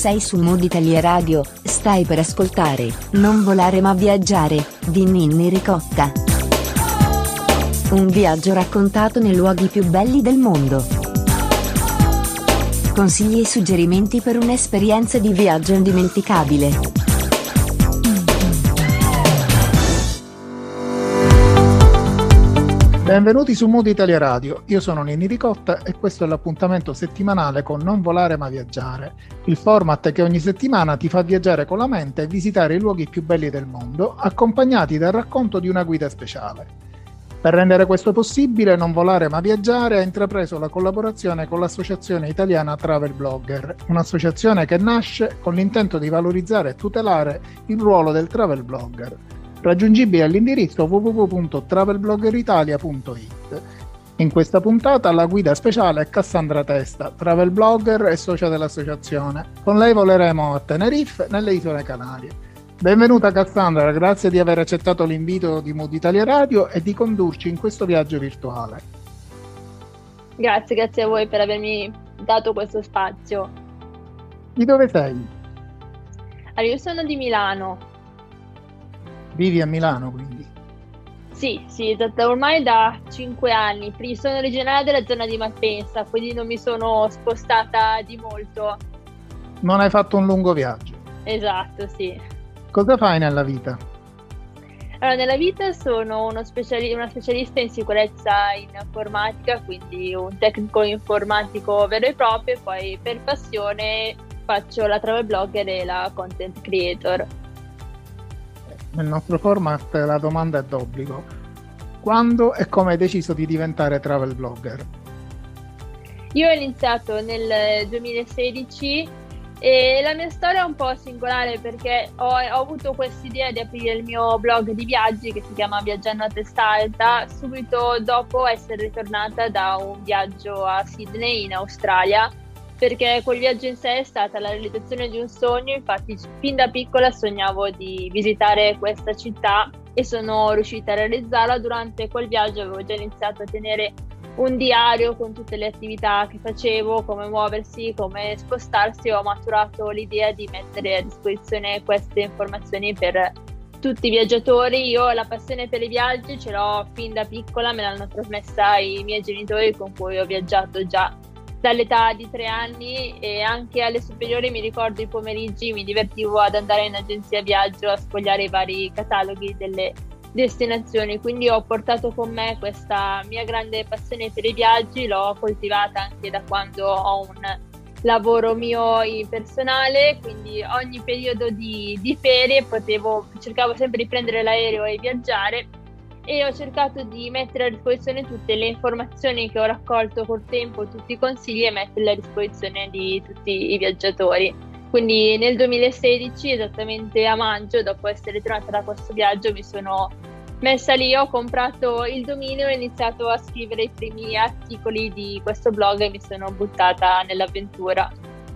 Sei su Mood Italia Radio, stai per ascoltare Non volare ma viaggiare, di Ninni Ricotta. Un viaggio raccontato nei luoghi più belli del mondo. Consigli e suggerimenti per un'esperienza di viaggio indimenticabile. Benvenuti su Mood Italia Radio, io sono Ninni Ricotta e questo è l'appuntamento settimanale con Non volare ma viaggiare, il format che ogni settimana ti fa viaggiare con la mente e visitare i luoghi più belli del mondo, accompagnati dal racconto di una guida speciale. Per rendere questo possibile, Non volare ma viaggiare ha intrapreso la collaborazione con l'Associazione Italiana Travel Blogger, un'associazione che nasce con l'intento di valorizzare e tutelare il ruolo del travel blogger, raggiungibile all'indirizzo www.travelbloggeritalia.it. In questa puntata la guida speciale è Cassandra Testa, travel blogger e socia dell'associazione. Con lei voleremo a Tenerife, nelle Isole Canarie. Benvenuta Cassandra, grazie di aver accettato l'invito di Mood Italia Radio e di condurci in questo viaggio virtuale. Grazie a voi per avermi dato questo spazio. Di dove sei? Allora, io sono di Milano. Vivi a Milano, quindi? Sì, ormai da 5 anni. Sono originaria della zona di Malpensa, quindi non mi sono spostata di molto. Non hai fatto un lungo viaggio? Esatto, sì. Cosa fai nella vita? Allora, nella vita sono una specialista in sicurezza informatica, quindi un tecnico informatico vero e proprio, e poi per passione faccio la travel blogger e la content creator. Nel nostro format la domanda è d'obbligo. Quando e come hai deciso di diventare travel blogger? Io ho iniziato nel 2016 e la mia storia è un po' singolare perché ho avuto quest'idea di aprire il mio blog di viaggi che si chiama Viaggiando a Testa Alta subito dopo essere ritornata da un viaggio a Sydney in Australia, perché quel viaggio in sé è stata la realizzazione di un sogno. Infatti fin da piccola sognavo di visitare questa città e sono riuscita a realizzarla. Durante quel viaggio avevo già iniziato a tenere un diario con tutte le attività che facevo, come muoversi, come spostarsi. Ho maturato l'idea di mettere a disposizione queste informazioni per tutti i viaggiatori. Io la passione per i viaggi ce l'ho fin da piccola, me l'hanno trasmessa i miei genitori con cui ho viaggiato già dall'età di 3 anni, e anche alle superiori mi ricordo i pomeriggi mi divertivo ad andare in agenzia viaggio a sfogliare i vari cataloghi delle destinazioni. Quindi ho portato con me questa mia grande passione per i viaggi, l'ho coltivata anche da quando ho un lavoro mio personale, quindi ogni periodo di ferie cercavo sempre di prendere l'aereo e viaggiare, e ho cercato di mettere a disposizione tutte le informazioni che ho raccolto col tempo, tutti i consigli, e metterli a disposizione di tutti i viaggiatori. Quindi nel 2016, esattamente a maggio, dopo essere tornata da questo viaggio, mi sono messa lì, ho comprato il dominio e ho iniziato a scrivere i primi articoli di questo blog e mi sono buttata nell'avventura.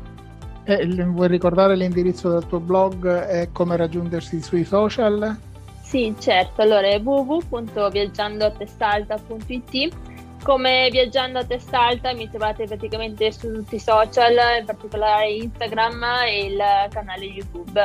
Vuoi ricordare l'indirizzo del tuo blog e come raggiungersi sui social? Sì, certo. Allora è www.viaggiandoatestalta.it. Come Viaggiando a Testa Alta mi trovate praticamente su tutti i social, in particolare Instagram e il canale YouTube.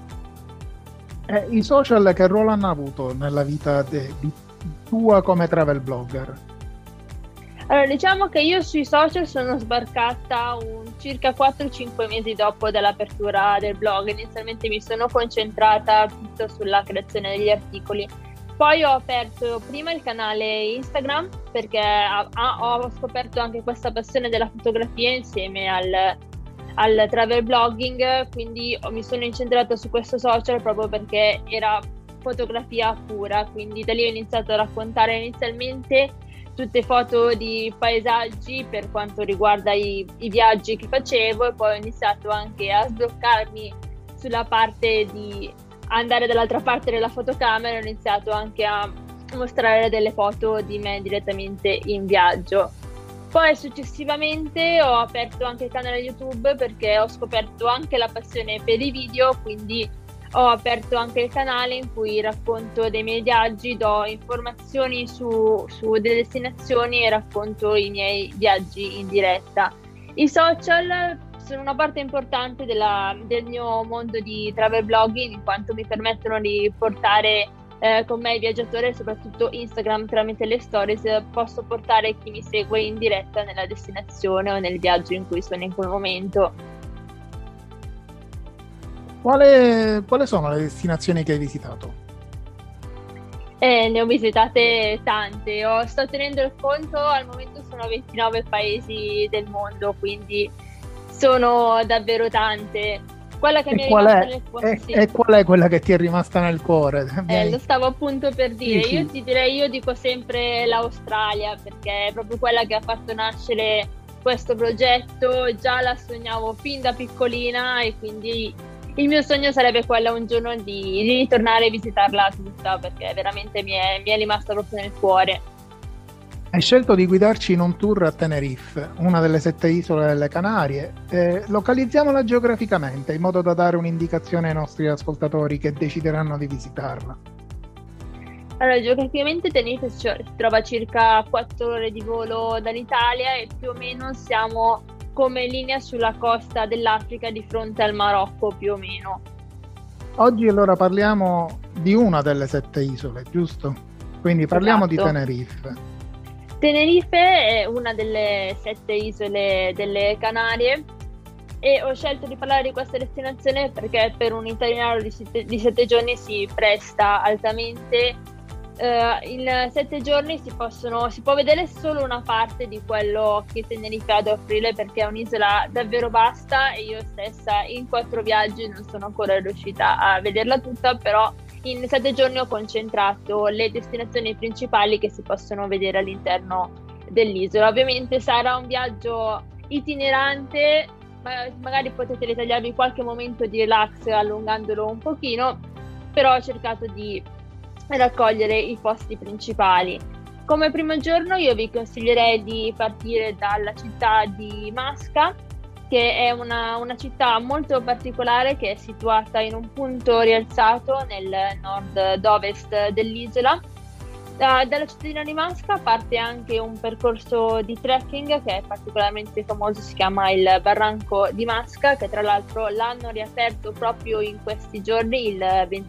I social che ruolo hanno avuto nella vita tua come travel blogger? Allora, diciamo che io sui social sono sbarcata circa 4-5 mesi dopo dall'apertura del blog. Inizialmente mi sono concentrata tutto sulla creazione degli articoli. Poi ho aperto prima il canale Instagram perché ho scoperto anche questa passione della fotografia insieme al travel blogging, quindi mi sono incentrata su questo social proprio perché era fotografia pura. Quindi da lì ho iniziato a raccontare inizialmente tutte foto di paesaggi per quanto riguarda i viaggi che facevo, e poi ho iniziato anche a sbloccarmi sulla parte di andare dall'altra parte della fotocamera. Ho iniziato anche a mostrare delle foto di me direttamente in viaggio. Poi successivamente ho aperto anche il canale YouTube perché ho scoperto anche la passione per i video, quindi ho aperto anche il canale in cui racconto dei miei viaggi, do informazioni su delle destinazioni e racconto i miei viaggi in diretta. I social sono una parte importante del mio mondo di travel blogging, in quanto mi permettono di portare con me i viaggiatori, e soprattutto Instagram tramite le stories posso portare chi mi segue in diretta nella destinazione o nel viaggio in cui sono in quel momento. Quali sono le destinazioni che hai visitato? Ne ho visitate tante, sto tenendo il conto, al momento sono 29 paesi del mondo, quindi sono davvero tante. Quella che mi è rimasta nel cuore. E qual è quella che ti è rimasta nel cuore? Lo stavo appunto per dire. Sì. Io dico sempre l'Australia, perché è proprio quella che ha fatto nascere questo progetto. Già la sognavo fin da piccolina e quindi il mio sogno sarebbe quello un giorno di ritornare e visitarla tutta, perché veramente mi è rimasta proprio nel cuore. Hai scelto di guidarci in un tour a Tenerife, una delle 7 isole delle Canarie. Localizziamola geograficamente in modo da dare un'indicazione ai nostri ascoltatori che decideranno di visitarla. Allora, geograficamente Tenerife si trova a circa 4 ore di volo dall'Italia e più o meno siamo come linea sulla costa dell'Africa di fronte al Marocco, più o meno. Oggi allora parliamo di una delle 7 isole, giusto? Quindi parliamo di Tenerife. Tenerife è una delle 7 isole delle Canarie e ho scelto di parlare di questa destinazione perché per un itinerario di 7 giorni si presta altamente. In 7 giorni si può vedere solo una parte di quello che Tenerife ha da offrire, perché è un'isola davvero vasta e io stessa in 4 viaggi non sono ancora riuscita a vederla tutta, però in 7 giorni ho concentrato le destinazioni principali che si possono vedere all'interno dell'isola. Ovviamente sarà un viaggio itinerante, magari potete ritagliarvi qualche momento di relax allungandolo un pochino, però ho cercato di raccogliere i posti principali. Come primo giorno io vi consiglierei di partire dalla città di Masca, che è una città molto particolare che è situata in un punto rialzato nel nord-ovest dell'isola. Dalla cittadina di Masca parte anche un percorso di trekking che è particolarmente famoso, si chiama il Barranco di Masca, che tra l'altro l'hanno riaperto proprio in questi giorni, il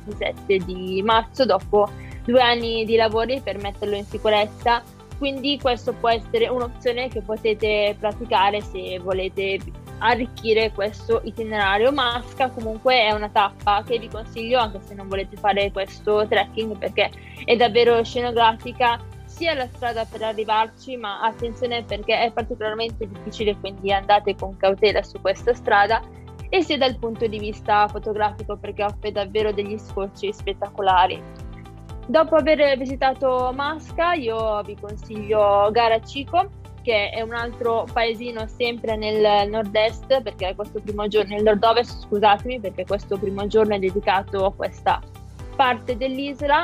27 di marzo, dopo 2 anni di lavori per metterlo in sicurezza. Quindi questo può essere un'opzione che potete praticare se volete arricchire questo itinerario. Masca comunque è una tappa che vi consiglio anche se non volete fare questo trekking, perché è davvero scenografica sia la strada per arrivarci, ma attenzione perché è particolarmente difficile, quindi andate con cautela su questa strada, e sia dal punto di vista fotografico perché offre davvero degli scorci spettacolari. Dopo aver visitato Masca io vi consiglio Garachico, che è un altro paesino sempre nel nord-est, perché questo primo giorno, nel nord-ovest, scusatemi, perché questo primo giorno è dedicato a questa parte dell'isola.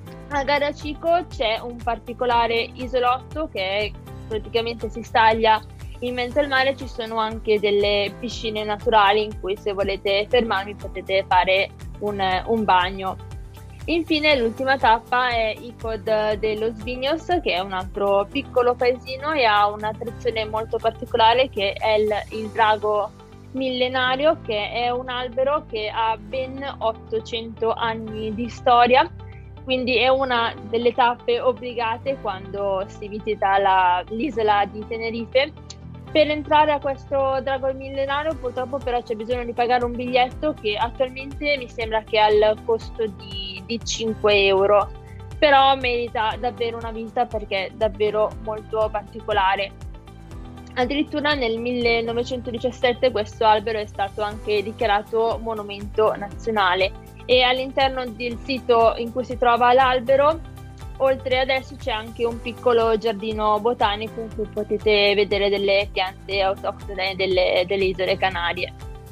A Garachico c'è un particolare isolotto che praticamente si staglia in mezzo al mare, ci sono anche delle piscine naturali in cui se volete fermarvi potete fare un bagno. Infine l'ultima tappa è Icod de los Viños, che è un altro piccolo paesino e ha un'attrazione molto particolare che è il drago millenario, che è un albero che ha ben 800 anni di storia, quindi è una delle tappe obbligate quando si visita l'isola di Tenerife. Per entrare a questo drago millenario purtroppo però c'è bisogno di pagare un biglietto che attualmente mi sembra che ha il costo di 5 euro, però merita davvero una visita perché è davvero molto particolare. Addirittura nel 1917 questo albero è stato anche dichiarato monumento nazionale e all'interno del sito in cui si trova l'albero, oltre adesso, c'è anche un piccolo giardino botanico in cui potete vedere delle piante autoctone delle isole Canarie.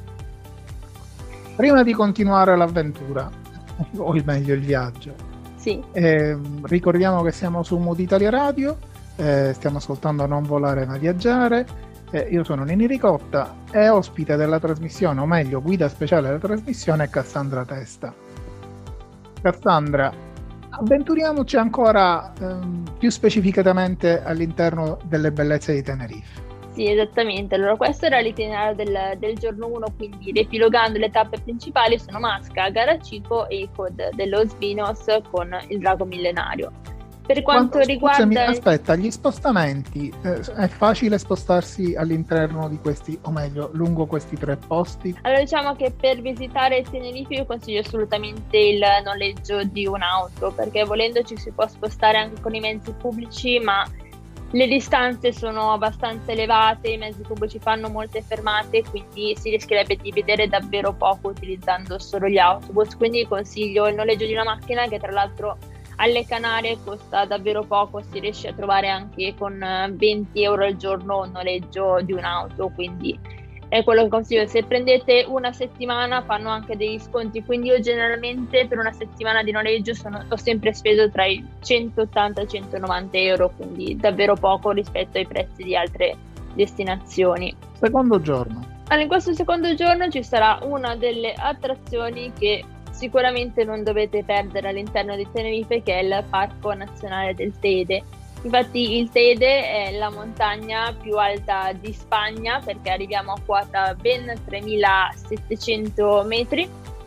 Prima di continuare l'avventura, o meglio il viaggio, sì. Ricordiamo che siamo su Mood Italia Radio, stiamo ascoltando Non volare ma viaggiare. Io sono Nini Ricotta e ospite della trasmissione, o meglio guida speciale della trasmissione, è Cassandra Testa. Cassandra, avventuriamoci ancora più specificatamente all'interno delle bellezze di Tenerife. Sì, esattamente. Allora, questo era l'itinerario del giorno 1, quindi riepilogando le tappe principali sono Masca, Garacico e Cod dello Svinos con il drago millenario. Per quanto Scusami, riguarda... aspetta, gli spostamenti, è facile spostarsi all'interno di questi, o meglio, lungo questi 3 posti? Allora, diciamo che per visitare Tenerife io consiglio assolutamente il noleggio di un'auto, perché volendo ci si può spostare anche con i mezzi pubblici, ma le distanze sono abbastanza elevate, i mezzi pubblici fanno molte fermate, quindi si rischierebbe di vedere davvero poco utilizzando solo gli autobus. Quindi consiglio il noleggio di una macchina, che tra l'altro alle Canarie costa davvero poco, si riesce a trovare anche con 20 euro al giorno un noleggio di un'auto, quindi è quello che consiglio. Se prendete una settimana fanno anche degli sconti, quindi io generalmente per una settimana di noleggio ho sempre speso tra i 180 e i 190 euro, quindi davvero poco rispetto ai prezzi di altre destinazioni. Secondo giorno. Allora, in questo secondo giorno ci sarà una delle attrazioni che sicuramente non dovete perdere all'interno di Tenerife, che è il Parco Nazionale del Teide. Infatti il Teide è la montagna più alta di Spagna, perché arriviamo a quota ben 3700 metri.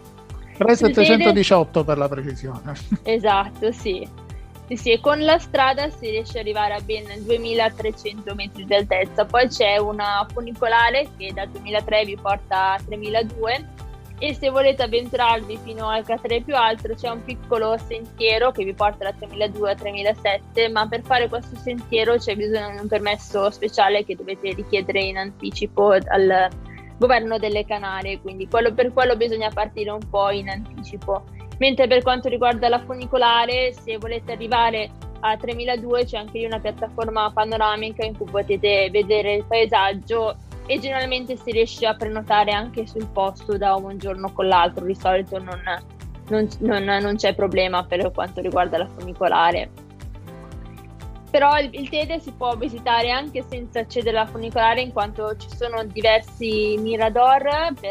3718 per la precisione. Esatto, sì. Sì, e con la strada si riesce ad arrivare a ben 2300 metri di altezza. Poi c'è una funicolare che da 2003 vi porta a 3002, e se volete avventurarvi fino al cratere più alto c'è un piccolo sentiero che vi porta da 3002 a 3007, ma per fare questo sentiero c'è bisogno di un permesso speciale che dovete richiedere in anticipo al governo delle Canarie, quindi per quello bisogna partire un po' in anticipo. Mentre per quanto riguarda la funicolare, se volete arrivare a 3002 c'è anche lì una piattaforma panoramica in cui potete vedere il paesaggio, e generalmente si riesce a prenotare anche sul posto da un giorno con l'altro. Di solito non c'è problema per quanto riguarda la funicolare. Però il Teide si può visitare anche senza accedere alla funicolare, in quanto ci sono diversi mirador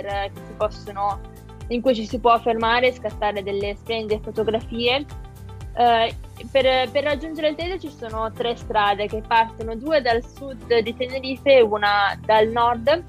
in cui ci si può fermare e scattare delle splendide fotografie. Per raggiungere il Teide ci sono 3 strade che partono, 2 dal sud di Tenerife e una dal nord.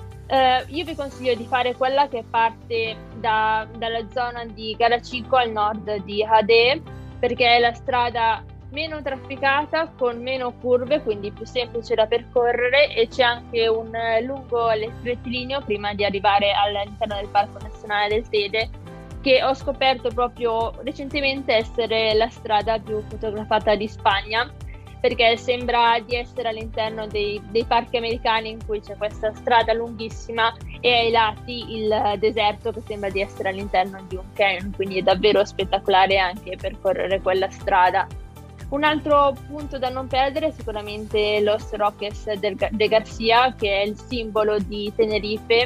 Io vi consiglio di fare quella che parte dalla zona di Garachico al nord di Jade, perché è la strada meno trafficata, con meno curve, quindi più semplice da percorrere, e c'è anche un lungo rettilineo prima di arrivare all'interno del Parco Nazionale del Teide, che ho scoperto proprio recentemente essere la strada più fotografata di Spagna, perché sembra di essere all'interno dei parchi americani, in cui c'è questa strada lunghissima e ai lati il deserto che sembra di essere all'interno di un canyon, quindi è davvero spettacolare anche percorrere quella strada. Un altro punto da non perdere è sicuramente Los Roques de Garcia, che è il simbolo di Tenerife,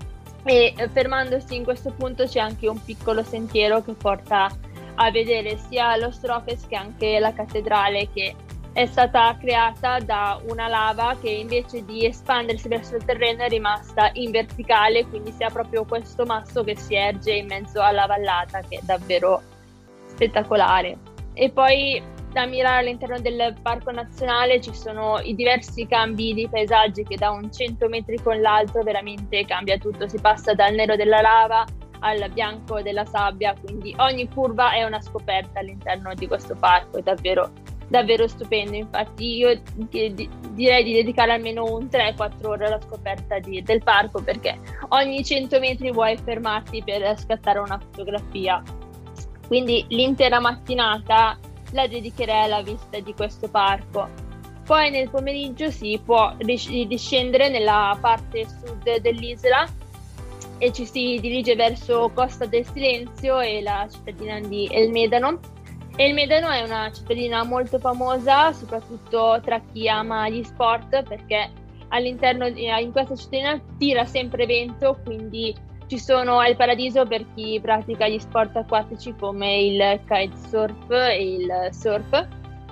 e fermandosi in questo punto c'è anche un piccolo sentiero che porta a vedere sia Los Roques che anche la cattedrale, che è stata creata da una lava che invece di espandersi verso il terreno è rimasta in verticale, quindi si ha proprio questo masso che si erge in mezzo alla vallata, che è davvero spettacolare. E poi da ammirare all'interno del parco nazionale ci sono i diversi cambi di paesaggi, che da un 100 metri con l'altro veramente cambia tutto, si passa dal nero della lava al bianco della sabbia, quindi ogni curva è una scoperta all'interno di questo parco, è davvero stupendo. Infatti io direi di dedicare almeno un 3-4 ore alla scoperta del parco, perché ogni 100 metri vuoi fermarti per scattare una fotografia, quindi l'intera mattinata la dedicherei alla visita di questo parco. Poi nel pomeriggio si può discendere nella parte sud dell'isola e ci si dirige verso Costa del Silenzio e la cittadina di El Médano. El Médano è una cittadina molto famosa soprattutto tra chi ama gli sport, perché all'interno in questa cittadina tira sempre vento, quindi è il paradiso per chi pratica gli sport acquatici come il kitesurf e il surf.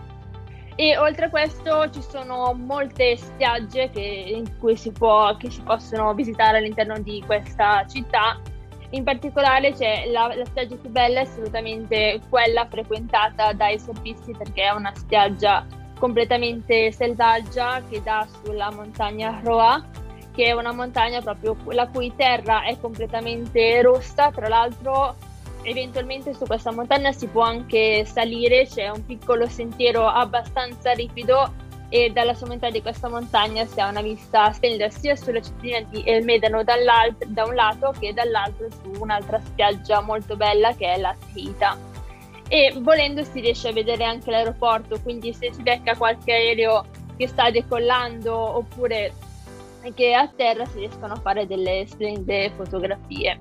E oltre a questo ci sono molte spiagge che si possono visitare all'interno di questa città. In particolare c'è la spiaggia più bella, è assolutamente quella frequentata dai surfisti, perché è una spiaggia completamente selvaggia che dà sulla montagna Roa, che è una montagna proprio la cui terra è completamente rossa. Tra l'altro eventualmente su questa montagna si può anche salire, c'è un piccolo sentiero abbastanza ripido e dalla sommità di questa montagna si ha una vista splendida sia sulla cittadina di El Médano da un lato che dall'altro su un'altra spiaggia molto bella che è la Teita. E volendo si riesce a vedere anche l'aeroporto, quindi se si becca qualche aereo che sta decollando oppure che è a terra si riescono a fare delle splendide fotografie.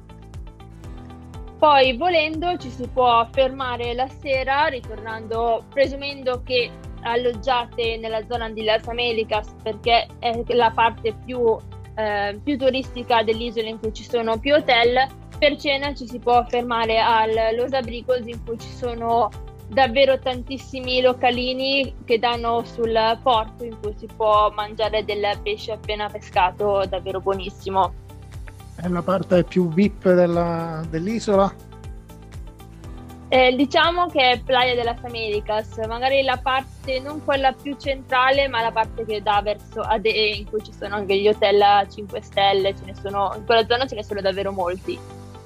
Poi volendo ci si può fermare la sera ritornando, presumendo che alloggiate nella zona di Las Américas, perché è la parte più turistica dell'isola in cui ci sono più hotel. Per cena ci si può fermare al Los Abrigos, in cui ci sono davvero tantissimi localini che danno sul porto, in cui si può mangiare del pesce appena pescato, davvero buonissimo. È la parte più VIP dell'isola? Diciamo che è Playa de las Américas, magari la parte non quella più centrale, ma la parte che dà verso Ade, in cui ci sono anche gli hotel a 5 stelle, ce ne sono, in quella zona ce ne sono davvero molti.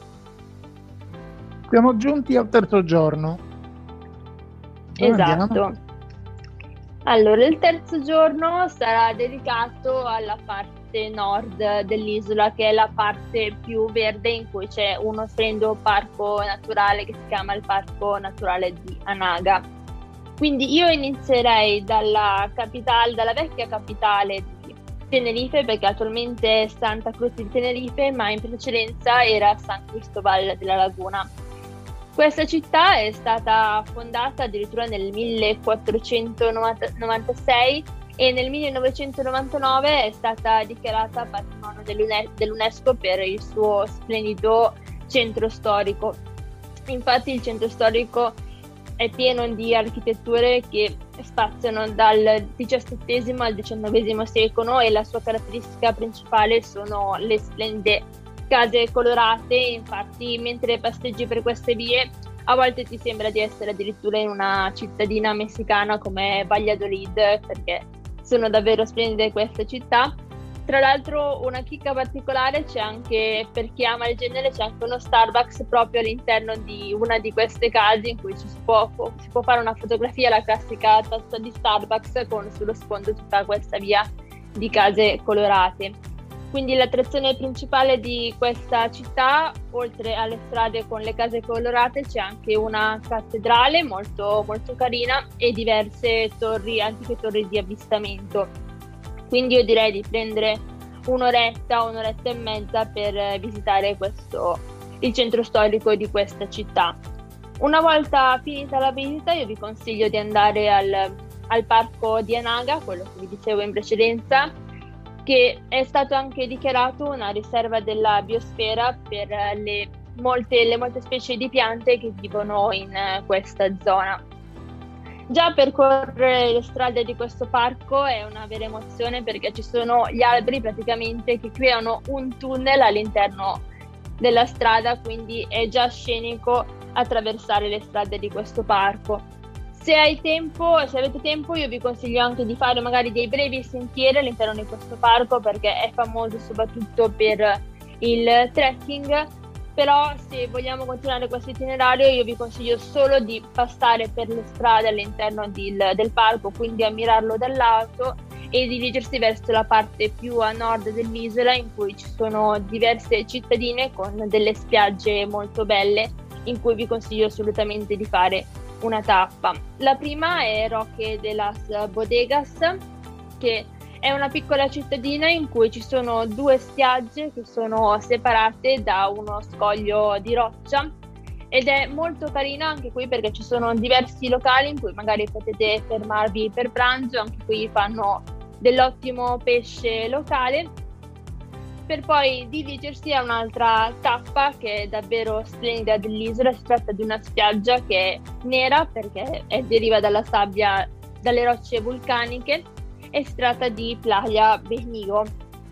Siamo giunti al terzo giorno. Dove Esatto. andiamo? Allora, il terzo giorno sarà dedicato alla parte nord dell'isola, che è la parte più verde, in cui c'è uno splendido parco naturale che si chiama il Parco Naturale di Anaga. Quindi io inizierei dalla vecchia capitale di Tenerife, perché attualmente è Santa Cruz di Tenerife, ma in precedenza era San Cristóbal de la Laguna. Questa città è stata fondata addirittura nel 1496 e nel 1999 è stata dichiarata patrimonio dell'UNESCO per il suo splendido centro storico. Infatti il centro storico è pieno di architetture che spaziano dal XVII al XIX secolo e la sua caratteristica principale sono le splendide case colorate. Infatti mentre pasteggi per queste vie a volte ti sembra di essere addirittura in una cittadina messicana come Valladolid, perché sono davvero splendide queste città. Tra l'altro una chicca particolare c'è anche, per chi ama il genere, c'è anche uno Starbucks proprio all'interno di una di queste case, in cui si può fare una fotografia, la classica tazza di Starbucks con sullo sfondo tutta questa via di case colorate. Quindi l'attrazione principale di questa città, oltre alle strade con le case colorate, c'è anche una cattedrale molto, molto carina e diverse antiche torri di avvistamento. Quindi io direi di prendere un'oretta e mezza per visitare il centro storico di questa città. Una volta finita la visita io vi consiglio di andare al parco di Anaga, quello che vi dicevo in precedenza, che è stato anche dichiarato una riserva della biosfera per le molte specie di piante che vivono in questa zona. Già percorrere le strade di questo parco è una vera emozione, perché ci sono gli alberi praticamente che creano un tunnel all'interno della strada, quindi è già scenico attraversare le strade di questo parco. Se avete tempo, io vi consiglio anche di fare magari dei brevi sentieri all'interno di questo parco, perché è famoso soprattutto per il trekking. Però se vogliamo continuare questo itinerario io vi consiglio solo di passare per le strade all'interno del parco, quindi ammirarlo dall'alto e dirigersi verso la parte più a nord dell'isola, in cui ci sono diverse cittadine con delle spiagge molto belle, in cui vi consiglio assolutamente di fare una tappa. La prima è Roque de las Bodegas, che è una piccola cittadina in cui ci sono due spiagge che sono separate da uno scoglio di roccia, ed è molto carina anche qui perché ci sono diversi locali in cui magari potete fermarvi per pranzo. Anche qui fanno dell'ottimo pesce locale, per poi dirigersi a un'altra tappa che è davvero splendida dell'isola. Si tratta di una spiaggia che è nera perché deriva dalla sabbia, dalle rocce vulcaniche, e si tratta di Playa Benigo.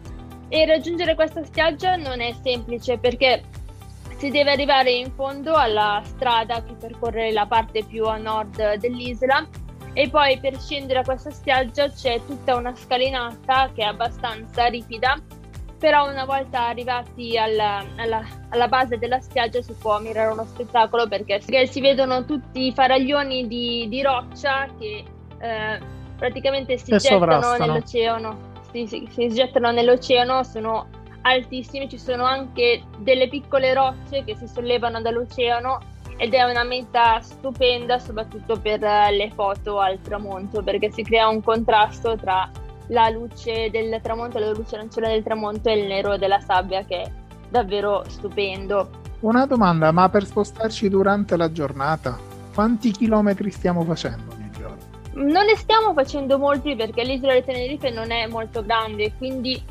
E raggiungere questa spiaggia non è semplice, perché si deve arrivare in fondo alla strada che percorre la parte più a nord dell'isola, E poi per scendere a questa spiaggia c'è tutta una scalinata che è abbastanza ripida, però una volta arrivati alla base della spiaggia si può ammirare uno spettacolo perché si vedono tutti i faraglioni di roccia che praticamente si gettano nell'oceano. Si gettano nell'oceano, sono altissimi, ci sono anche delle piccole rocce che si sollevano dall'oceano ed è una meta stupenda soprattutto per le foto al tramonto, perché si crea un contrasto tra la luce del tramonto, la luce arancione del tramonto e il nero della sabbia, che è davvero stupendo. Una domanda, ma per spostarci durante la giornata, quanti chilometri stiamo facendo ogni giorno? Non ne stiamo facendo molti perché l'isola di Tenerife non è molto grande, quindi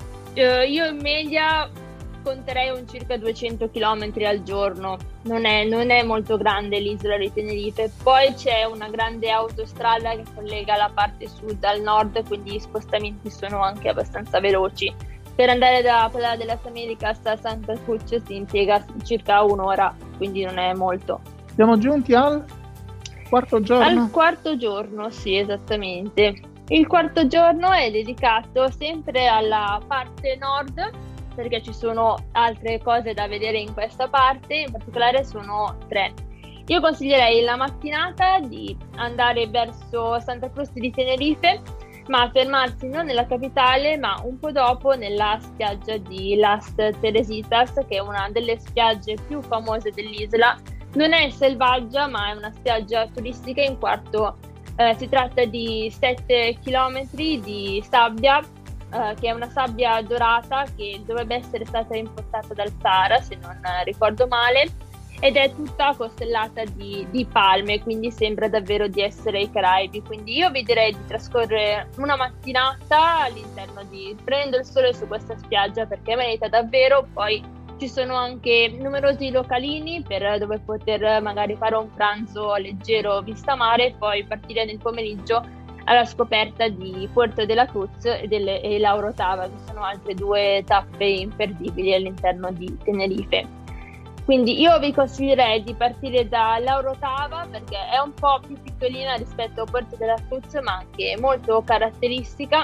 io in media conterei un circa 200 km al giorno. Non è molto grande l'isola di Tenerife. Poi c'è una grande autostrada che collega la parte sud al nord, quindi gli spostamenti sono anche abbastanza veloci. Per andare da Playa de las Americas a Santa Cruz si impiega circa un'ora, quindi non è molto. Siamo giunti al quarto giorno? Al quarto giorno, sì, esattamente. Il quarto giorno è dedicato sempre alla parte nord, perché ci sono altre cose da vedere in questa parte, in particolare sono 3. Io consiglierei la mattinata di andare verso Santa Cruz di Tenerife, ma fermarsi non nella capitale, ma un po' dopo nella spiaggia di Las Teresitas, che è una delle spiagge più famose dell'isola. Non è selvaggia, ma è una spiaggia turistica, in quanto si tratta di 7 chilometri di sabbia, che è una sabbia dorata che dovrebbe essere stata importata dal Sahara, se non ricordo male, ed è tutta costellata di palme, quindi sembra davvero di essere ai Caraibi. Quindi io vi direi di trascorrere una mattinata all'interno prendendo il sole su questa spiaggia, perché merita davvero. Poi ci sono anche numerosi localini dove poter magari fare un pranzo leggero vista mare e poi partire nel pomeriggio alla scoperta di Puerto de la Cruz e la Orotava, che sono altre 2 tappe imperdibili all'interno di Tenerife. Quindi io vi consiglierei di partire da La Orotava, perché è un po' più piccolina rispetto a Puerto de la Cruz, ma anche molto caratteristica.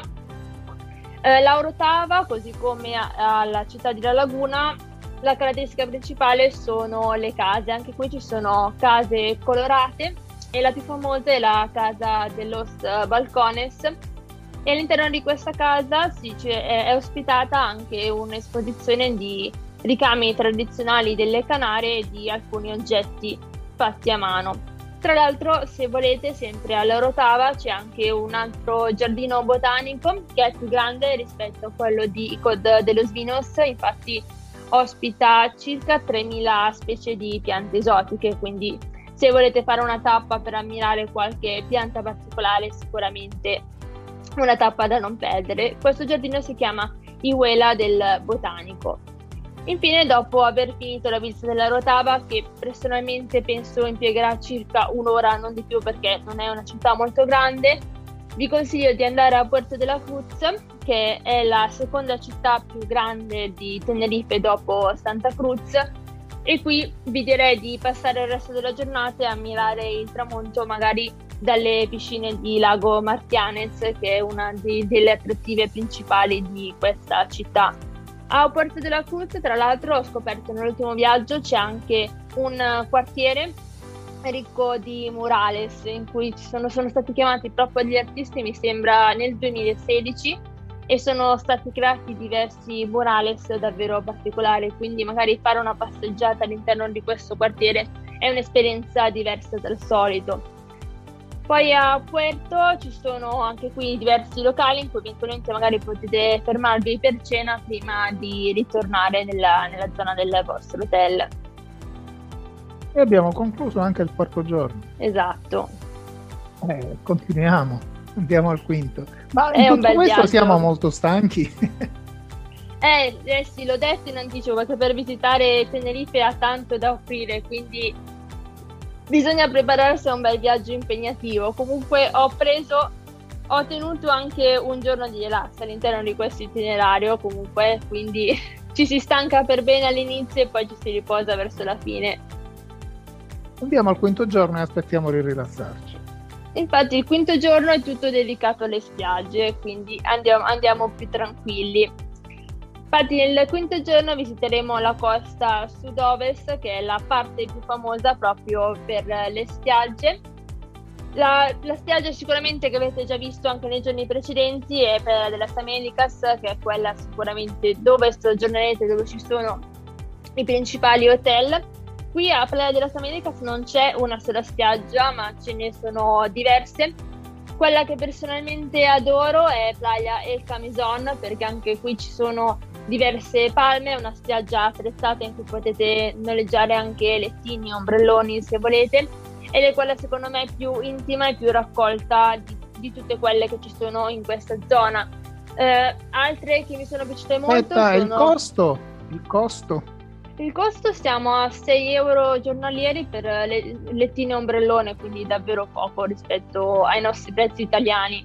La Orotava, così come alla città di La Laguna, la caratteristica principale sono le case. Anche qui ci sono case colorate e la più famosa è la casa de los Balcones, e all'interno di questa casa è ospitata anche un'esposizione di ricami tradizionali delle Canarie e di alcuni oggetti fatti a mano. Tra l'altro, se volete, sempre all'Orotava c'è anche un altro giardino botanico che è più grande rispetto a quello di Icod de los Vinos, infatti ospita circa 3.000 specie di piante esotiche, quindi se volete fare una tappa per ammirare qualche pianta particolare, sicuramente una tappa da non perdere. Questo giardino si chiama Ihuela del Botanico. Infine, dopo aver finito la visita della Orotava, che personalmente penso impiegherà circa un'ora, non di più, perché non è una città molto grande, vi consiglio di andare a Puerto de la Cruz, che è la seconda città più grande di Tenerife dopo Santa Cruz, e qui vi direi di passare il resto della giornata e ammirare il tramonto magari dalle piscine di Lago Martianez, che è una delle attrattive principali di questa città. A Puerto de la Cruz, tra l'altro, ho scoperto nell'ultimo viaggio c'è anche un quartiere ricco di murales in cui sono stati chiamati proprio gli artisti, mi sembra nel 2016, e sono stati creati diversi murales davvero particolari, quindi magari fare una passeggiata all'interno di questo quartiere è un'esperienza diversa dal solito. Poi a Puerto ci sono anche qui diversi locali in cui eventualmente magari potete fermarvi per cena prima di ritornare nella zona del vostro hotel. E abbiamo concluso anche il quarto giorno. Esatto. Continuiamo, andiamo al quinto. Ma in tutto questo viaggio. Siamo molto stanchi. Sì, l'ho detto in anticipo, perché per visitare Tenerife ha tanto da offrire, quindi bisogna prepararsi a un bel viaggio impegnativo. Comunque ho tenuto anche un giorno di relax all'interno di questo itinerario, comunque, quindi ci si stanca per bene all'inizio e poi ci si riposa verso la fine. Andiamo al quinto giorno e aspettiamo di rilassarci. Infatti il quinto giorno è tutto dedicato alle spiagge, quindi andiamo più tranquilli. Infatti nel quinto giorno visiteremo la costa sud-ovest, che è la parte più famosa proprio per le spiagge. La spiaggia sicuramente che avete già visto anche nei giorni precedenti è Playa de las Américas, che è quella sicuramente dove soggiornerete, dove ci sono i principali hotel. Qui a Playa de las Américas non c'è una sola spiaggia, ma ce ne sono diverse. Quella che personalmente adoro è Playa El Camisón, perché anche qui ci sono diverse palme, è una spiaggia attrezzata in cui potete noleggiare anche lettini, ombrelloni se volete, ed è quella secondo me più intima e più raccolta di tutte quelle che ci sono in questa zona. Altre che mi sono piaciute molto sono... Il costo? Il costo stiamo a 6 euro giornalieri per lettino e ombrellone, quindi davvero poco rispetto ai nostri prezzi italiani.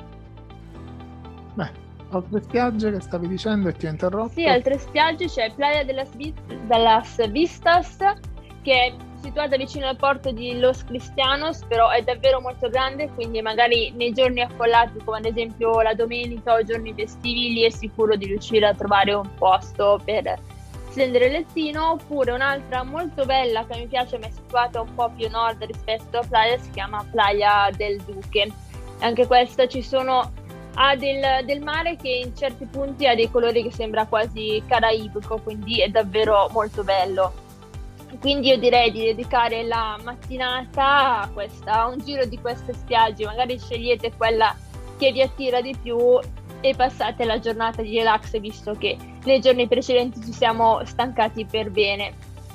Beh, altre spiagge che stavi dicendo e ti ho interrotto? Sì, altre spiagge, c'è Playa de las Vistas, che è situata vicino al porto di Los Cristianos, però è davvero molto grande, quindi magari nei giorni affollati come ad esempio la domenica o giorni festivi lì è sicuro di riuscire a trovare un posto per stendere il lettino. Oppure un'altra molto bella che mi piace, ma è situata un po' più a nord rispetto a Playa, si chiama Playa del Duque. Anche questa ha del mare che in certi punti ha dei colori che sembra quasi caraibico, quindi è davvero molto bello. Quindi io direi di dedicare la mattinata a un giro di queste spiagge, magari scegliete quella che vi attira di più e passate la giornata di relax, visto che nei giorni precedenti ci siamo stancati per bene.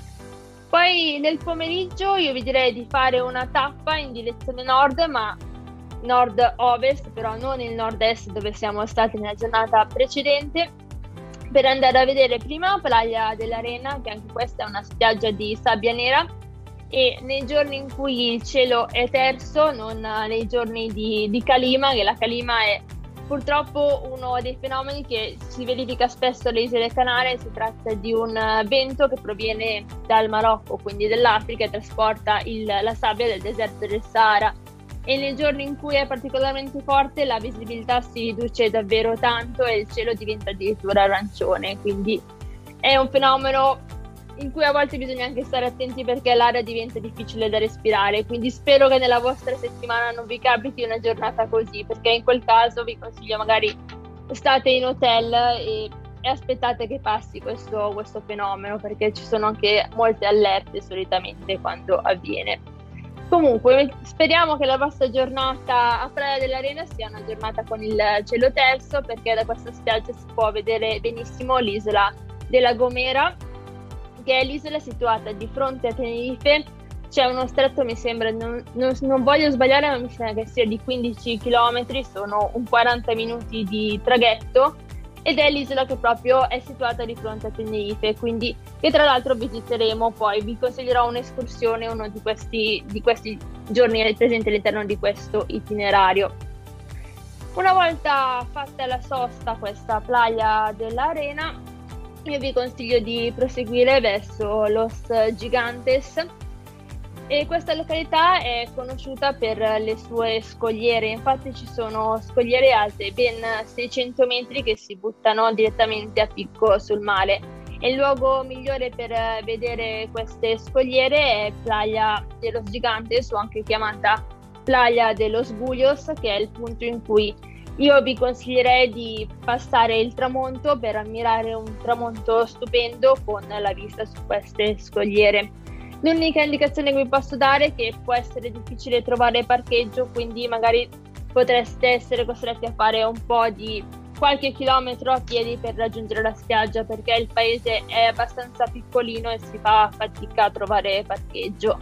Poi nel pomeriggio io vi direi di fare una tappa in direzione nord, ma nord-ovest, però non il nord-est dove siamo stati nella giornata precedente, per andare a vedere prima Playa de la Arena, che anche questa è una spiaggia di sabbia nera, e nei giorni in cui il cielo è terso, non nei giorni di calima, che la calima è purtroppo uno dei fenomeni che si verifica spesso alle isole Canarie. Si tratta di un vento che proviene dal Marocco, quindi dell'Africa, e trasporta la sabbia del deserto del Sahara, e nei giorni in cui è particolarmente forte la visibilità si riduce davvero tanto e il cielo diventa addirittura arancione, quindi è un fenomeno in cui a volte bisogna anche stare attenti perché l'aria diventa difficile da respirare. Quindi spero che nella vostra settimana non vi capiti una giornata così, perché in quel caso vi consiglio magari state in hotel e aspettate che passi questo fenomeno, perché ci sono anche molte allerte solitamente quando avviene. Comunque speriamo che la vostra giornata a Playa de la Arena sia una giornata con il cielo terso, perché da questa spiaggia si può vedere benissimo l'isola della Gomera, che è l'isola situata di fronte a Tenerife. C'è uno stretto, mi sembra, non voglio sbagliare, ma mi sembra che sia di 15 km, sono un 40 minuti di traghetto, ed è l'isola che proprio è situata di fronte a Tenerife, quindi che tra l'altro visiteremo. Poi vi consiglierò un'escursione uno di questi giorni presenti all'interno di questo itinerario. Una volta fatta la sosta a questa Playa de la Arena, io vi consiglio di proseguire verso Los Gigantes, e questa località è conosciuta per le sue scogliere. Infatti ci sono scogliere alte ben 600 metri che si buttano direttamente a picco sul mare, e il luogo migliore per vedere queste scogliere è Playa de los Gigantes, o anche chiamata Playa de los Bullos, che è il punto in cui io vi consiglierei di passare il tramonto per ammirare un tramonto stupendo con la vista su queste scogliere. L'unica indicazione che vi posso dare è che può essere difficile trovare parcheggio, quindi magari potreste essere costretti a fare un po' di qualche chilometro a piedi per raggiungere la spiaggia, perché il paese è abbastanza piccolino e si fa fatica a trovare parcheggio.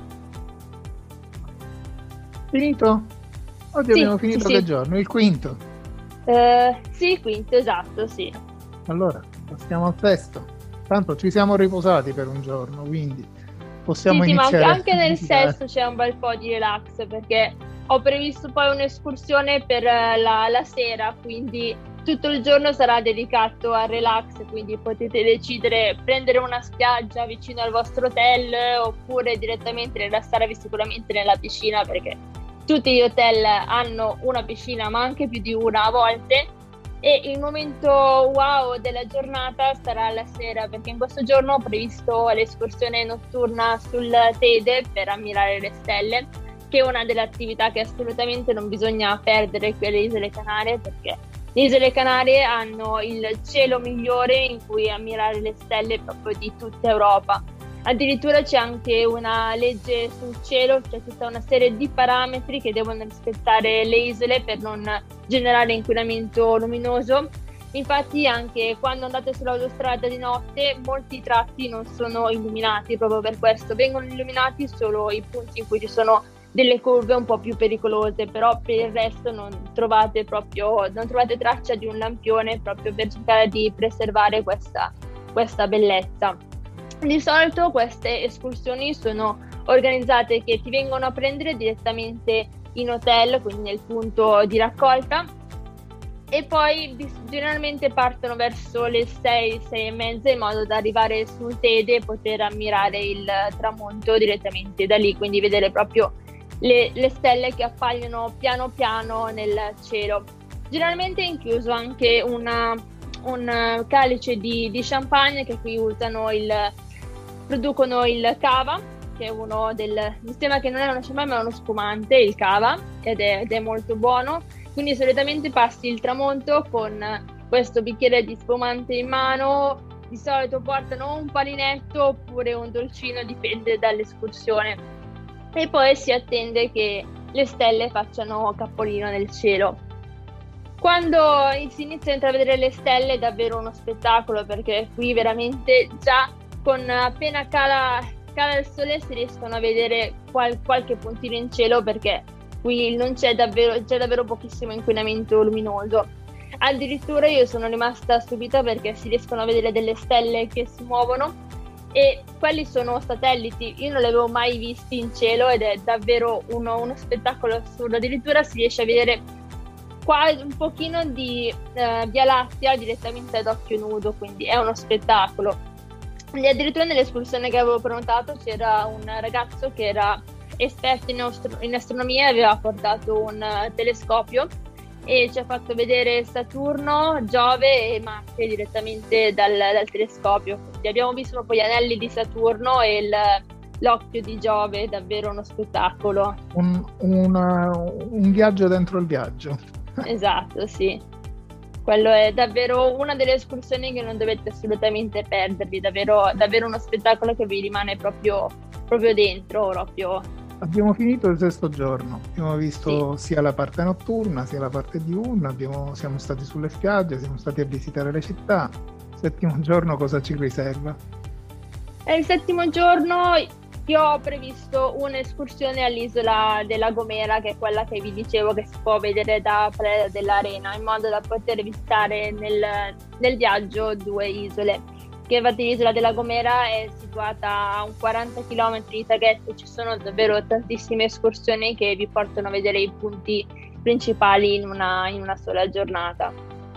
Finito? Oggi abbiamo finito che giorno? Il quinto? Sì, quinto, esatto, sì. Allora, passiamo al sesto. Tanto ci siamo riposati per un giorno, quindi possiamo iniziare. Ma anche nel sesto c'è un bel po' di relax, perché ho previsto poi un'escursione per la sera, quindi tutto il giorno sarà dedicato al relax, quindi potete decidere prendere una spiaggia vicino al vostro hotel oppure direttamente rilassarvi sicuramente nella piscina, perché tutti gli hotel hanno una piscina, ma anche più di una a volte, e il momento wow della giornata sarà la sera, perché in questo giorno ho previsto l'escursione notturna sul Tede per ammirare le stelle, che è una delle attività che assolutamente non bisogna perdere qui alle Isole Canarie, perché le Isole Canarie hanno il cielo migliore in cui ammirare le stelle proprio di tutta Europa. Addirittura c'è anche una legge sul cielo, c'è tutta una serie di parametri che devono rispettare le isole per non generare inquinamento luminoso. Infatti anche quando andate sull'autostrada di notte molti tratti non sono illuminati, proprio per questo vengono illuminati solo i punti in cui ci sono delle curve un po' più pericolose, però per il resto non trovate traccia di un lampione, proprio per cercare di preservare questa bellezza. Di solito queste escursioni sono organizzate che ti vengono a prendere direttamente in hotel, quindi nel punto di raccolta, e poi generalmente partono verso le 6, 6 e mezza, in modo da arrivare sul Tede e poter ammirare il tramonto direttamente da lì, quindi vedere proprio le stelle che appaiono piano piano nel cielo. Generalmente è incluso anche un calice di champagne, che qui producono il cava, che è uno mi sembra che non è una champagne ma è uno spumante, il cava, ed è molto buono. Quindi solitamente passi il tramonto con questo bicchiere di spumante in mano, di solito portano un paninetto oppure un dolcino, dipende dall'escursione, e poi si attende che le stelle facciano capolino nel cielo. Quando si inizia a intravedere le stelle è davvero uno spettacolo, perché qui veramente già appena cala il sole si riescono a vedere qualche puntino in cielo, perché qui c'è davvero pochissimo inquinamento luminoso. Addirittura io sono rimasta stupita perché si riescono a vedere delle stelle che si muovono, e quelli sono satelliti, io non li avevo mai visti in cielo ed è davvero uno spettacolo assurdo. Addirittura si riesce a vedere un pochino di Via Lattea direttamente ad occhio nudo, quindi è uno spettacolo. E addirittura nell'escursione che avevo prenotato c'era un ragazzo che era esperto in astronomia e aveva portato un telescopio e ci ha fatto vedere Saturno, Giove e Marte direttamente dal telescopio. Quindi abbiamo visto poi gli anelli di Saturno e l'occhio di Giove, davvero uno spettacolo. Un viaggio dentro il viaggio. Esatto, sì. Quello è davvero una delle escursioni che non dovete assolutamente perdervi, davvero uno spettacolo che vi rimane proprio dentro. Abbiamo finito il 6° giorno, abbiamo visto sia la parte notturna sia la parte diurna, siamo stati sulle spiagge, siamo stati a visitare le città. Il 7° giorno cosa ci riserva? Il 7° giorno io ho previsto un'escursione all'isola della Gomera, che è quella che vi dicevo che si può vedere da Playa dell'Arena, in modo da poter visitare nel viaggio 2 isole. Che infatti l'isola della Gomera è situata a un 40 km di traghetto, ci sono davvero tantissime escursioni che vi portano a vedere i punti principali in una sola giornata.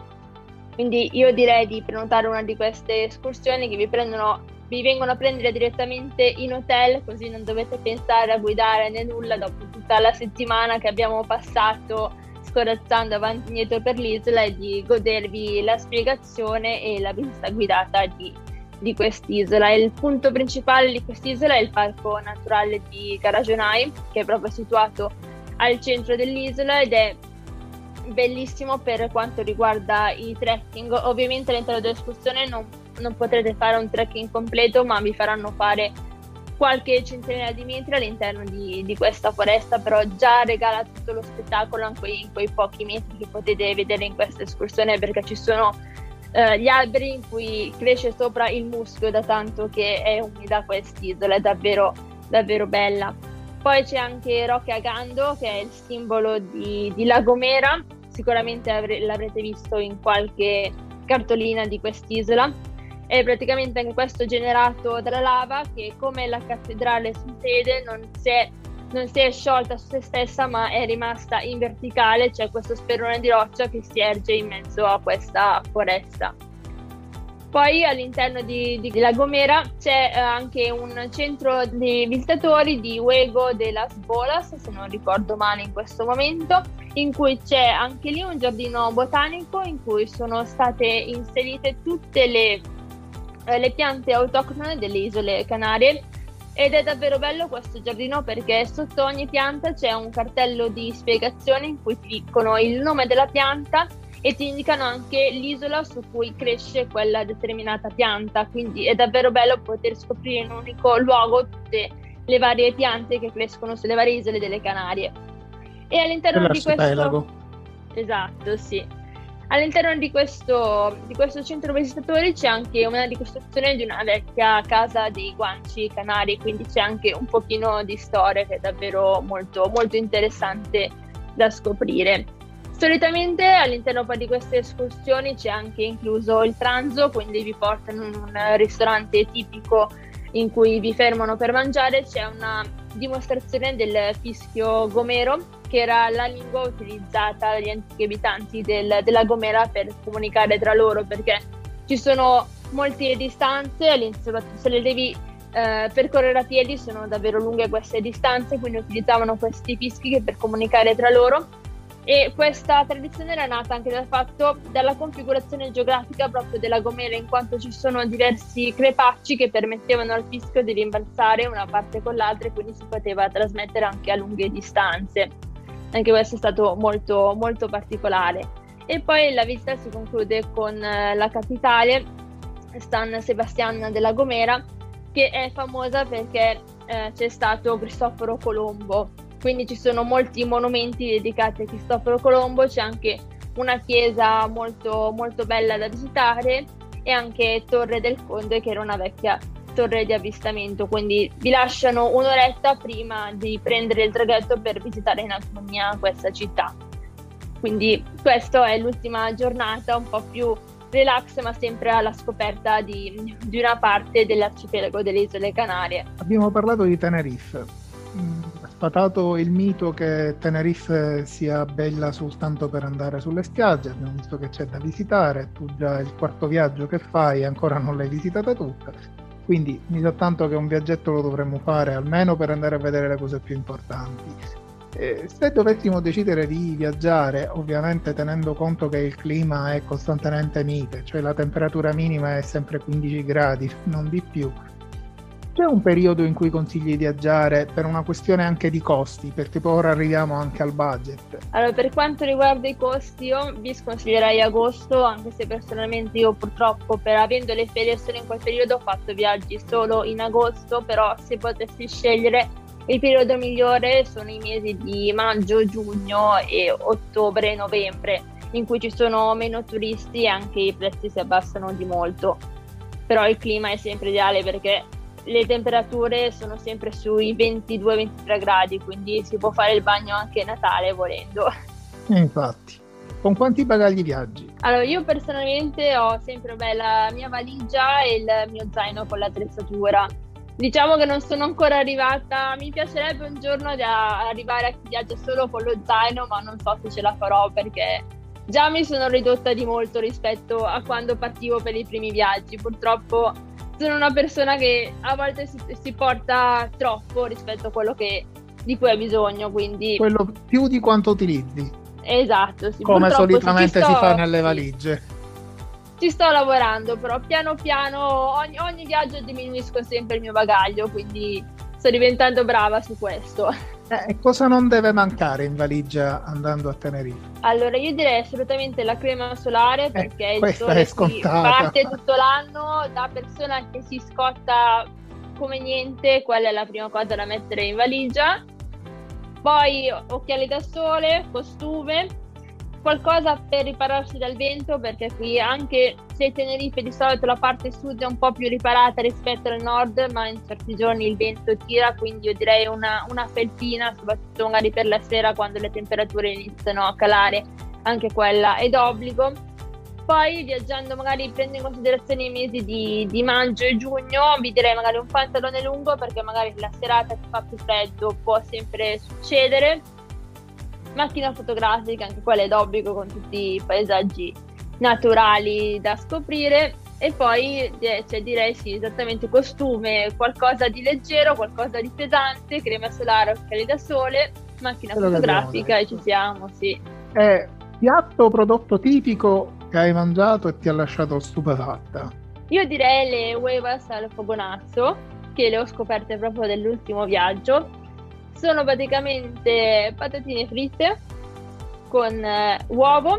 Quindi io direi di prenotare una di queste escursioni che vi vengono a prendere direttamente in hotel, così non dovete pensare a guidare né nulla dopo tutta la settimana che abbiamo passato scorazzando avanti e indietro per l'isola, e di godervi la spiegazione e la visita guidata di quest'isola. Il punto principale di quest'isola è il parco naturale di Karajonai, che è proprio situato al centro dell'isola ed è bellissimo per quanto riguarda i trekking. Ovviamente all'interno dell'escursione non potrete fare un trekking completo, ma vi faranno fare qualche centinaia di metri all'interno di questa foresta, però già regala tutto lo spettacolo anche in quei pochi metri che potete vedere in questa escursione, perché ci sono gli alberi in cui cresce sopra il muschio da tanto che è umida quest'isola, è davvero bella. Poi c'è anche Roque Agando, che è il simbolo di La Gomera, sicuramente l'avrete visto in qualche cartolina di quest'isola. È praticamente anche questo generato dalla lava, che come la cattedrale sul Tede non si è sciolta su se stessa, ma è rimasta in verticale. C'è questo sperone di roccia che si erge in mezzo a questa foresta. Poi all'interno di La Gomera c'è anche un centro di visitatori di Juego de las Bolas, se non ricordo male in questo momento, in cui c'è anche lì un giardino botanico in cui sono state inserite tutte le piante autoctone delle isole Canarie. Ed è davvero bello questo giardino perché sotto ogni pianta c'è un cartello di spiegazione in cui ti dicono il nome della pianta e ti indicano anche l'isola su cui cresce quella determinata pianta, quindi è davvero bello poter scoprire in un unico luogo tutte le varie piante che crescono sulle varie isole delle Canarie. E all'interno di questo... Esatto, sì. All'interno di questo centro visitatori c'è anche una ricostruzione di una vecchia casa dei Guanci canari, quindi c'è anche un pochino di storia che è davvero molto, molto interessante da scoprire. Solitamente all'interno poi di queste escursioni c'è anche incluso il pranzo, quindi vi portano in un ristorante tipico in cui vi fermano per mangiare. C'è una dimostrazione del fischio gomero, che era la lingua utilizzata dagli antichi abitanti della Gomera per comunicare tra loro, perché ci sono molte distanze, soprattutto se le devi percorrere a piedi sono davvero lunghe queste distanze, quindi utilizzavano questi fischi per comunicare tra loro. E questa tradizione era nata anche dalla configurazione geografica proprio della Gomera, in quanto ci sono diversi crepacci che permettevano al fischio di rimbalzare una parte con l'altra e quindi si poteva trasmettere anche a lunghe distanze. Anche questo è stato molto, molto particolare. E poi la visita si conclude con la capitale, San Sebastián della Gomera, che è famosa perché c'è stato Cristoforo Colombo. Quindi ci sono molti monumenti dedicati a Cristoforo Colombo, c'è anche una chiesa molto, molto bella da visitare e anche Torre del Conde, che era una vecchia torre di avvistamento, quindi vi lasciano un'oretta prima di prendere il traghetto per visitare in autonomia questa città. Quindi questa è l'ultima giornata, un po' più relax, ma sempre alla scoperta di una parte dell'arcipelago delle Isole Canarie. Abbiamo parlato di Tenerife. Sfatato il mito che Tenerife sia bella soltanto per andare sulle spiagge, abbiamo visto che c'è da visitare, tu già il quarto viaggio che fai e ancora non l'hai visitata tutta, quindi mi sa tanto che un viaggetto lo dovremmo fare almeno per andare a vedere le cose più importanti. Se dovessimo decidere di viaggiare, ovviamente tenendo conto che il clima è costantemente mite, cioè la temperatura minima è sempre 15 gradi, non di più, c'è un periodo in cui consigli di viaggiare per una questione anche di costi? Perché poi ora arriviamo anche al budget. Allora, per quanto riguarda i costi, io vi sconsiglierei agosto, anche se personalmente io purtroppo, avendo le ferie solo in quel periodo, ho fatto viaggi solo in agosto, però se potessi scegliere il periodo migliore sono i mesi di maggio, giugno e ottobre, novembre, in cui ci sono meno turisti e anche i prezzi si abbassano di molto. Però il clima è sempre ideale perché le temperature sono sempre sui 22-23 gradi, quindi si può fare il bagno anche a Natale volendo. Infatti. Con quanti bagagli viaggi? Allora, io personalmente ho sempre la mia valigia e il mio zaino con l'attrezzatura. Diciamo che non sono ancora arrivata, mi piacerebbe un giorno arrivare a chi viaggia solo con lo zaino, ma non so se ce la farò perché già mi sono ridotta di molto rispetto a quando partivo per i primi viaggi. Purtroppo sono una persona che a volte si porta troppo rispetto a quello di cui ha bisogno, quindi... Quello più di quanto utilizzi. Esatto, sì. Come solitamente si fa nelle valigie. Ci sto lavorando, però piano piano ogni viaggio diminuisco sempre il mio bagaglio, quindi sto diventando brava su questo. E cosa non deve mancare in valigia andando a Tenerife? Allora, io direi assolutamente la crema solare, perché il sole parte tutto l'anno. Da persona che si scotta come niente, quella è la prima cosa da mettere in valigia. Poi occhiali da sole, costume, qualcosa per ripararsi dal vento, perché qui anche se Tenerife di solito la parte sud è un po' più riparata rispetto al nord, ma in certi giorni il vento tira, quindi io direi una felpina, soprattutto magari per la sera quando le temperature iniziano a calare, anche quella è d'obbligo. Poi viaggiando magari prendo in considerazione i mesi di maggio e giugno, vi direi magari un pantalone lungo, perché magari la serata che fa più freddo può sempre succedere. Macchina fotografica, anche quella è d'obbligo con tutti i paesaggi naturali da scoprire. E poi direi sì, esattamente, costume, qualcosa di leggero, qualcosa di pesante, crema solare, occhiali da sole, macchina fotografica e ci siamo, sì. Piatto o prodotto tipico che hai mangiato e ti ha lasciato stupefatta? Io direi le huevas al fogonazzo, che le ho scoperte proprio nell'ultimo viaggio. Sono praticamente patatine fritte con uovo,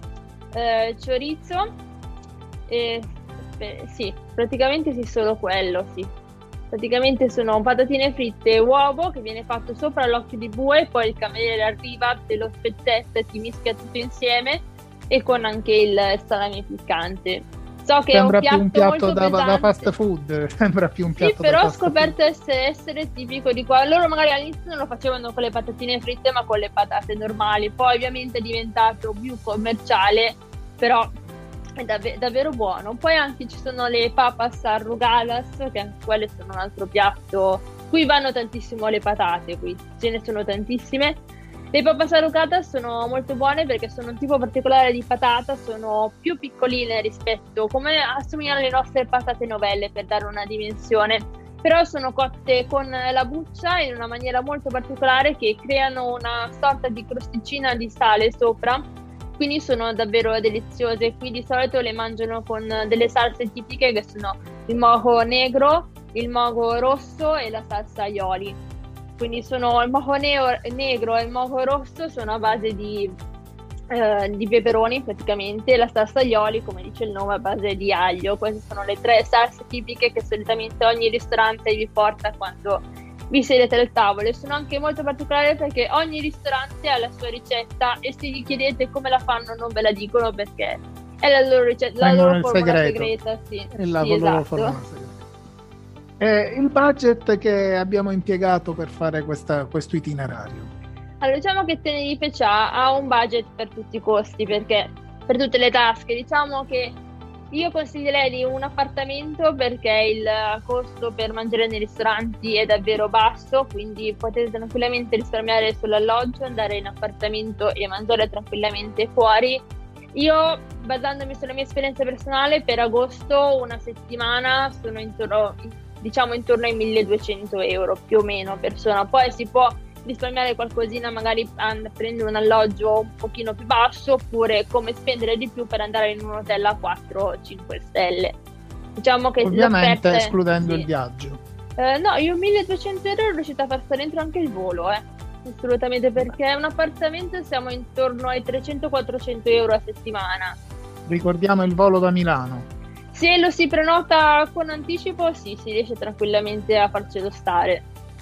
chorizo e sì, praticamente sì, solo quello, sì. Praticamente sono patatine fritte e uovo che viene fatto sopra l'occhio di bue, poi il cameriere arriva, te lo spezzetta e ti mischia tutto insieme, e con anche il salame piccante. So che sembra è un piatto da fast food, sembra più un piatto. Sì, però da ho scoperto essere tipico di qua. Loro magari all'inizio non lo facevano con le patatine fritte, ma con le patate normali. Poi ovviamente è diventato più commerciale, però è davvero buono. Poi anche ci sono le papas arrugadas, che anche quelle sono un altro piatto. Qui vanno tantissimo le patate, qui ce ne sono tantissime. Le papas arrugadas sono molto buone perché sono un tipo particolare di patata, sono più piccoline rispetto, come assomigliano alle nostre patate novelle, per dare una dimensione, però sono cotte con la buccia in una maniera molto particolare che creano una sorta di crosticina di sale sopra, quindi sono davvero deliziose. Qui di solito le mangiano con delle salse tipiche che sono il mojo negro, il mojo rosso e la salsa aioli. Quindi sono il mojo negro e il mojo rosso sono a base di peperoni praticamente, la salsa aioli, come dice il nome, a base di aglio. Queste sono le 3 salse tipiche che solitamente ogni ristorante vi porta quando vi sedete al tavolo, e sono anche molto particolari perché ogni ristorante ha la sua ricetta, e se gli chiedete come la fanno non ve la dicono perché è la loro ricetta, la loro formula segreta. Sì, loro formula segreta. Il budget che abbiamo impiegato per fare questo itinerario? Allora, diciamo che Tenerife ha un budget per tutti i costi, perché per tutte le tasche. Diciamo che io consiglierei di un appartamento perché il costo per mangiare nei ristoranti è davvero basso, quindi potete tranquillamente risparmiare sull'alloggio, andare in appartamento e mangiare tranquillamente fuori. Io, basandomi sulla mia esperienza personale, per agosto una settimana sono intorno ai 1200 euro più o meno a persona. Poi si può risparmiare qualcosina magari prendere un alloggio un pochino più basso, oppure come spendere di più per andare in un hotel a 4-5 stelle. Diciamo che ovviamente escludendo il viaggio. No, io 1200 euro ero riuscita a far stare dentro anche il volo, assolutamente, perché un appartamento siamo intorno ai 300-400 euro a settimana. Ricordiamo il volo da Milano. Se lo si prenota con anticipo, sì, si riesce tranquillamente a farcelo stare.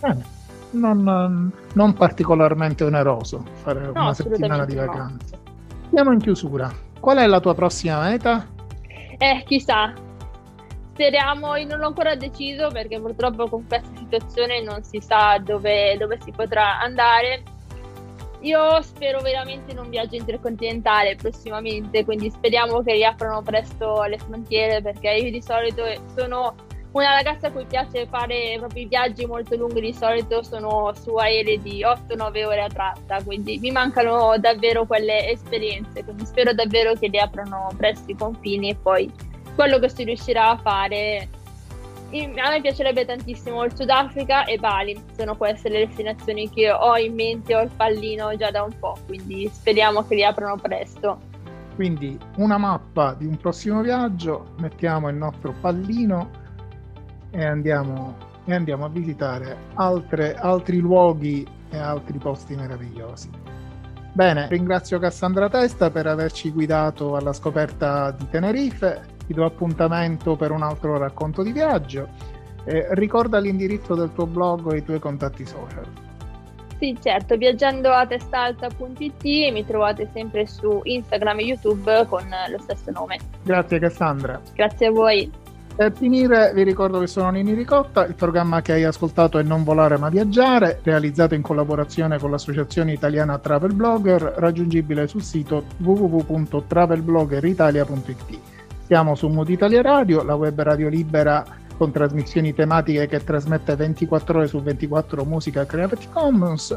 Non particolarmente oneroso fare una settimana di vacanza. Siamo in chiusura. Qual è la tua prossima meta? Chissà. Speriamo, io non l'ho ancora deciso perché purtroppo con questa situazione non si sa dove si potrà andare. Io spero veramente in un viaggio intercontinentale prossimamente, quindi speriamo che riaprano presto le frontiere, perché io di solito sono una ragazza a cui piace fare proprio i viaggi molto lunghi, di solito sono su aerei di 8-9 ore a tratta, quindi mi mancano davvero quelle esperienze, quindi spero davvero che riaprano presto i confini, e poi quello che si riuscirà a fare. A me piacerebbe tantissimo il Sudafrica e Bali, sono queste le destinazioni che ho in mente, ho il pallino già da un po', quindi speriamo che riaprano presto. Quindi una mappa di un prossimo viaggio, mettiamo il nostro pallino e andiamo a visitare altri luoghi e altri posti meravigliosi. Bene, ringrazio Cassandra Testa per averci guidato alla scoperta di Tenerife. Ti do appuntamento per un altro racconto di viaggio. Ricorda l'indirizzo del tuo blog e i tuoi contatti social. Sì, certo, viaggiandoatestalta.it, e mi trovate sempre su Instagram e YouTube con lo stesso nome. Grazie Cassandra. Grazie a voi. Per finire vi ricordo che sono Nini Ricotta, il programma che hai ascoltato è Non volare ma viaggiare, realizzato in collaborazione con l'Associazione Italiana Travel Blogger, raggiungibile sul sito www.travelbloggeritalia.it. Siamo su Mood Italia Radio, la web radio libera con trasmissioni tematiche che trasmette 24 ore su 24 musica Creative Commons.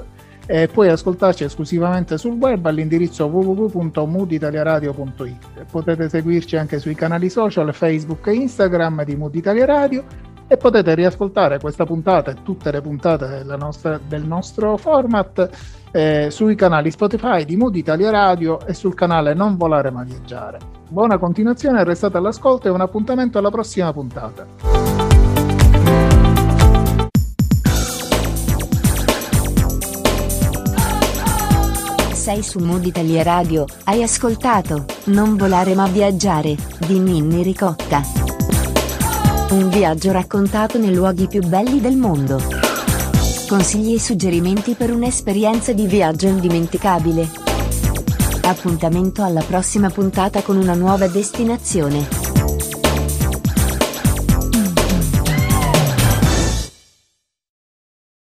e puoi ascoltarci esclusivamente sul web all'indirizzo www.mooditaliaradio.it. Potete seguirci anche sui canali social Facebook e Instagram di Mood Italia Radio e potete riascoltare questa puntata e tutte le puntate del nostro format sui canali Spotify di Mood Italia Radio e sul canale Non Volare Ma Viaggiare. Buona continuazione, restate all'ascolto e un appuntamento alla prossima puntata. Sei su Mood Italia Radio, hai ascoltato Non volare ma viaggiare di Ninni Ricotta. Un viaggio raccontato nei luoghi più belli del mondo. Consigli e suggerimenti per un'esperienza di viaggio indimenticabile. Appuntamento alla prossima puntata con una nuova destinazione.